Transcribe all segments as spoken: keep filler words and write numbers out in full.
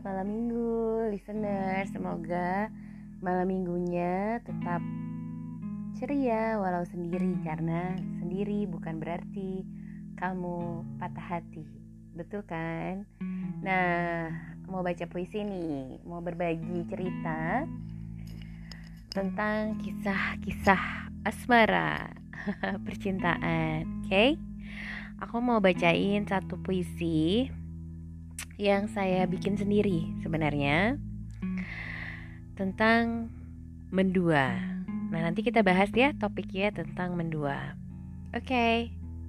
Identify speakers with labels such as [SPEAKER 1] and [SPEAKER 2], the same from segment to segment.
[SPEAKER 1] malam minggu, listener. Semoga malam minggunya tetap ceria walau sendiri, karena sendiri bukan berarti kamu patah hati. Betul kan? Nah, mau baca puisi nih, mau berbagi cerita tentang kisah-kisah asmara, percintaan. Oke? Okay? Aku mau bacain satu puisi yang saya bikin sendiri sebenarnya tentang mendua. Nah, nanti kita bahas ya topiknya tentang mendua. Oke. Okay.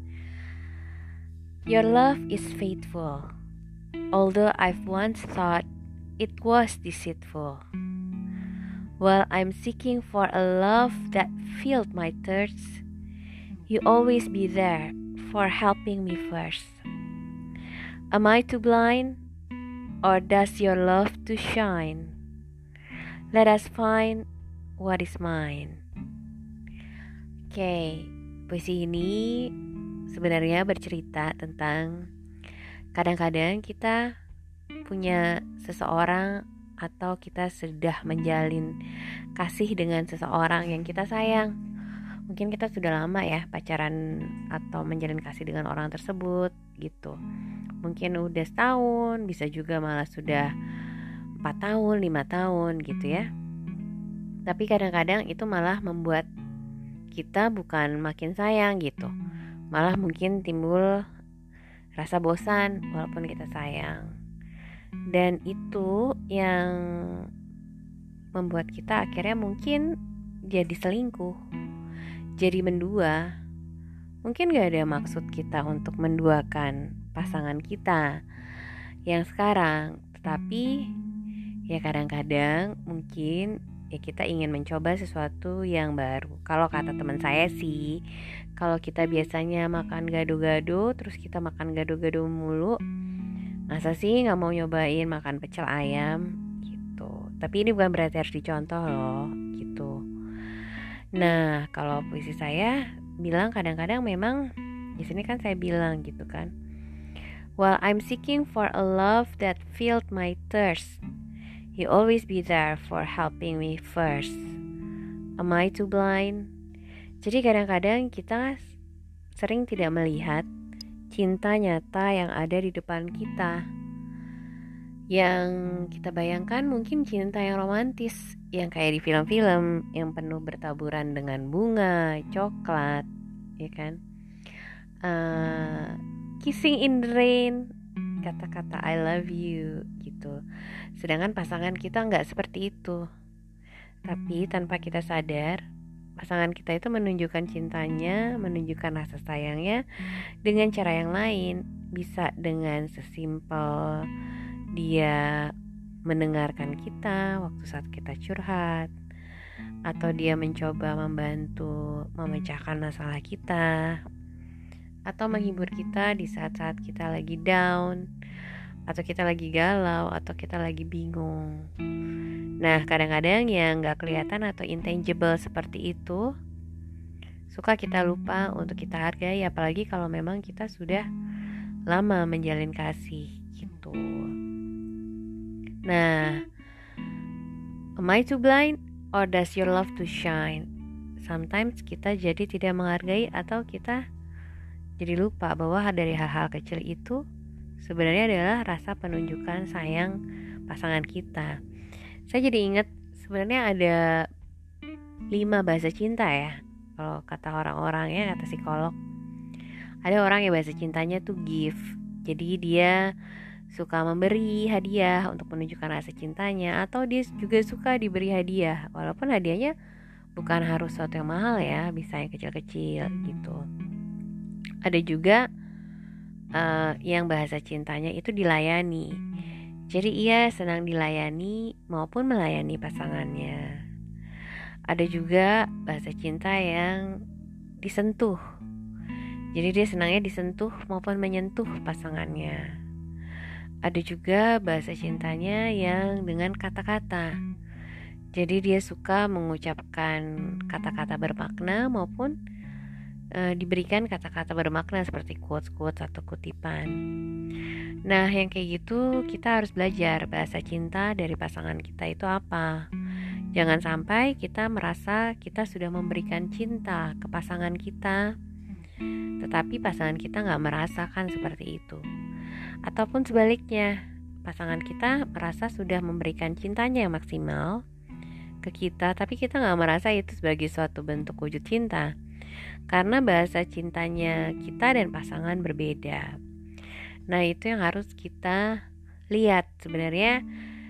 [SPEAKER 1] Your love is faithful, although I've once thought it was deceitful. While I'm seeking for a love that filled my thirst, you always be there for helping me first. Am I too blind, or does your love to shine? Let us find what is mine. Oke, okay, puisi ini sebenarnya bercerita tentang kadang-kadang kita punya seseorang atau kita sudah menjalin kasih dengan seseorang yang kita sayang. Mungkin kita sudah lama ya pacaran atau menjalin kasih dengan orang tersebut gitu. Mungkin udah setahun, bisa juga malah sudah empat tahun, lima tahun gitu ya. Tapi kadang-kadang itu malah membuat kita bukan makin sayang gitu, malah mungkin timbul rasa bosan walaupun kita sayang. Dan itu yang membuat kita akhirnya mungkin jadi selingkuh, jadi mendua. Mungkin gak ada maksud kita untuk menduakan pasangan kita yang sekarang, tetapi ya kadang-kadang mungkin ya kita ingin mencoba sesuatu yang baru. Kalau kata teman saya sih, kalau kita biasanya makan gado-gado, terus kita makan gado-gado mulu, masa sih gak mau nyobain makan pecel ayam gitu. Tapi ini bukan berarti harus dicontoh loh gitu. Nah, kalau puisi saya bilang kadang-kadang memang di sini kan saya bilang gitu kan, while I'm seeking for a love that filled my thirst, you always be there for helping me first. Am I too blind? Jadi kadang-kadang kita sering tidak melihat cinta nyata yang ada di depan kita. Yang kita bayangkan mungkin cinta yang romantis, yang kayak di film-film, yang penuh bertaburan dengan bunga, coklat, ya kan? Uh, kissing in the rain, kata-kata I love you gitu. Sedangkan pasangan kita nggak seperti itu. Tapi tanpa kita sadar, pasangan kita itu menunjukkan cintanya, menunjukkan rasa sayangnya dengan cara yang lain. Bisa dengan sesimpel dia mendengarkan kita waktu saat kita curhat, atau dia mencoba membantu memecahkan masalah kita, atau menghibur kita di saat-saat kita lagi down, atau kita lagi galau, atau kita lagi bingung. Nah, kadang-kadang yang gak kelihatan atau intangible seperti itu suka kita lupa untuk kita hargai, apalagi kalau memang kita sudah lama menjalin kasih gitu. Nah, am I too blind, or does your love to shine? Sometimes kita jadi tidak menghargai, atau kita jadi lupa bahwa dari hal-hal kecil itu sebenarnya adalah rasa penunjukan sayang pasangan kita. Saya jadi ingat sebenarnya ada lima bahasa cinta ya. Kalau kata orang-orang ya, kata psikolog, ada orang yang bahasa cintanya tuh give. Jadi dia suka memberi hadiah untuk menunjukkan rasa cintanya, atau dia juga suka diberi hadiah, walaupun hadiahnya bukan harus sesuatu yang mahal ya, bisa yang kecil-kecil gitu. Ada juga uh, yang bahasa cintanya itu dilayani. Jadi ia senang dilayani maupun melayani pasangannya. Ada juga bahasa cinta yang disentuh. Jadi dia senangnya disentuh maupun menyentuh pasangannya. Ada juga bahasa cintanya yang dengan kata-kata. Jadi dia suka mengucapkan kata-kata bermakna maupun e, diberikan kata-kata bermakna seperti quotes-quotes atau kutipan. Nah, yang kayak gitu kita harus belajar bahasa cinta dari pasangan kita itu apa. Jangan sampai kita merasa kita sudah memberikan cinta ke pasangan kita, tetapi pasangan kita gak merasakan seperti itu. Ataupun sebaliknya, pasangan kita merasa sudah memberikan cintanya yang maksimal ke kita, tapi kita gak merasa itu sebagai suatu bentuk wujud cinta. Karena bahasa cintanya kita dan pasangan berbeda. Nah, itu yang harus kita lihat. Sebenarnya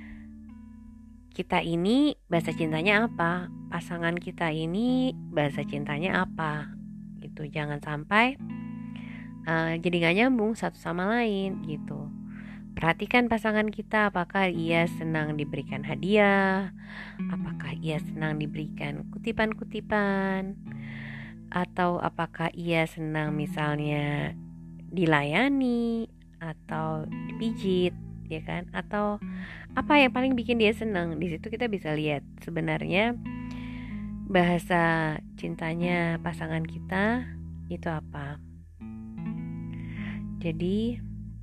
[SPEAKER 1] kita ini bahasa cintanya apa, pasangan kita ini bahasa cintanya apa gitu. Jangan sampai uh, jadi gak nyambung satu sama lain gitu. Perhatikan pasangan kita, apakah ia senang diberikan hadiah, apakah ia senang diberikan kutipan-kutipan, atau apakah ia senang misalnya dilayani atau dipijit, ya kan? Atau apa yang paling bikin dia senang? Di situ kita bisa lihat sebenarnya bahasa cintanya pasangan kita itu apa. Jadi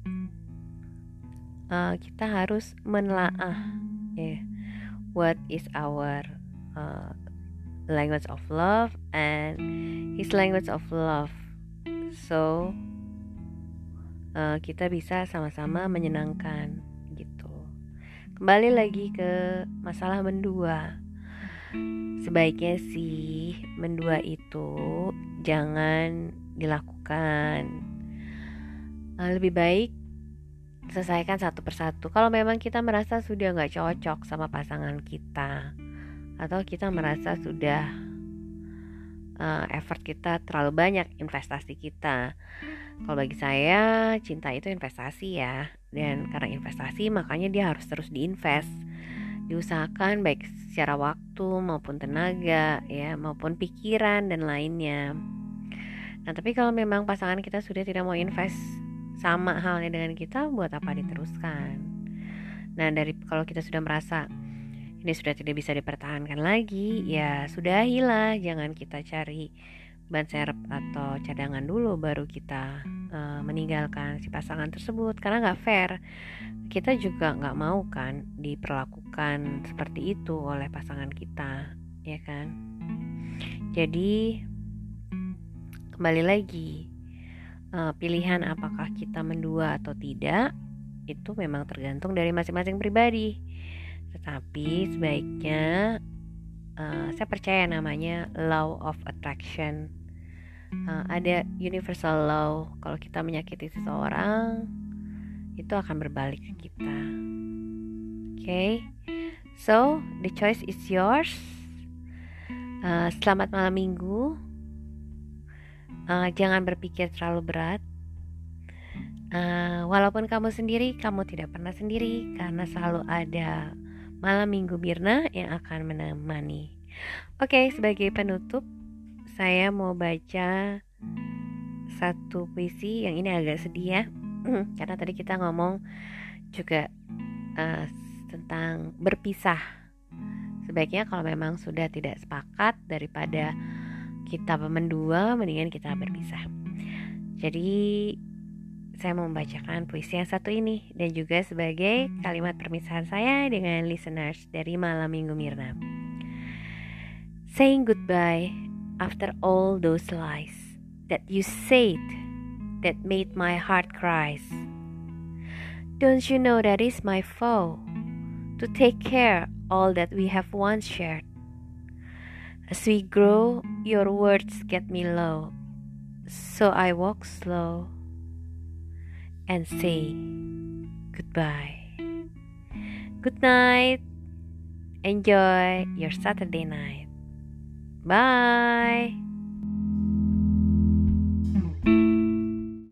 [SPEAKER 1] uh, kita harus menelaah, ya, yeah, what is our uh, language of love and his language of love. So Uh, kita bisa sama-sama menyenangkan gitu. Kembali lagi ke masalah mendua. Sebaiknya sih mendua itu jangan dilakukan. Uh, lebih baik selesaikan satu persatu. Kalau memang kita merasa sudah gak cocok sama pasangan kita, atau kita merasa sudah uh, effort kita terlalu banyak, investasi kita. Kalau bagi saya cinta itu investasi ya. Dan karena investasi makanya dia harus terus diinvest, diusahakan baik secara waktu maupun tenaga ya, maupun pikiran dan lainnya. Nah, tapi kalau memang pasangan kita sudah tidak mau invest sama halnya dengan kita, buat apa diteruskan? Nah, dari kalau kita sudah merasa ini sudah tidak bisa dipertahankan lagi, ya sudahilah, jangan kita cari ban serep atau cadangan dulu baru kita uh, meninggalkan si pasangan tersebut, karena gak fair. Kita juga gak mau kan diperlakukan seperti itu oleh pasangan kita, ya kan? Jadi kembali lagi, uh, pilihan apakah kita mendua atau tidak itu memang tergantung dari masing-masing pribadi. Tetapi sebaiknya uh, saya percaya namanya law of attraction. Uh, ada universal law, kalau kita menyakiti seseorang itu akan berbalik ke kita. Oke, okay? So the choice is yours. Uh, selamat malam minggu. Uh, jangan berpikir terlalu berat. Uh, walaupun kamu sendiri, kamu tidak pernah sendiri, karena selalu ada malam minggu Mirna yang akan menemani. Oke, okay, sebagai penutup saya mau baca satu puisi yang ini agak sedih ya, karena tadi kita ngomong juga uh, tentang berpisah. Sebaiknya kalau memang sudah tidak sepakat, daripada kita mendua, mendingan kita berpisah. Jadi saya mau membacakan puisi yang satu ini, dan juga sebagai kalimat perpisahan saya dengan listeners dari Malam Minggu Mirna. Saying goodbye after all those lies that you said that made my heart cries. Don't you know that is my foe to take care all that we have once shared? As we grow, your words get me low, so I walk slow and say goodbye. Good night. Enjoy your Saturday night. Bye.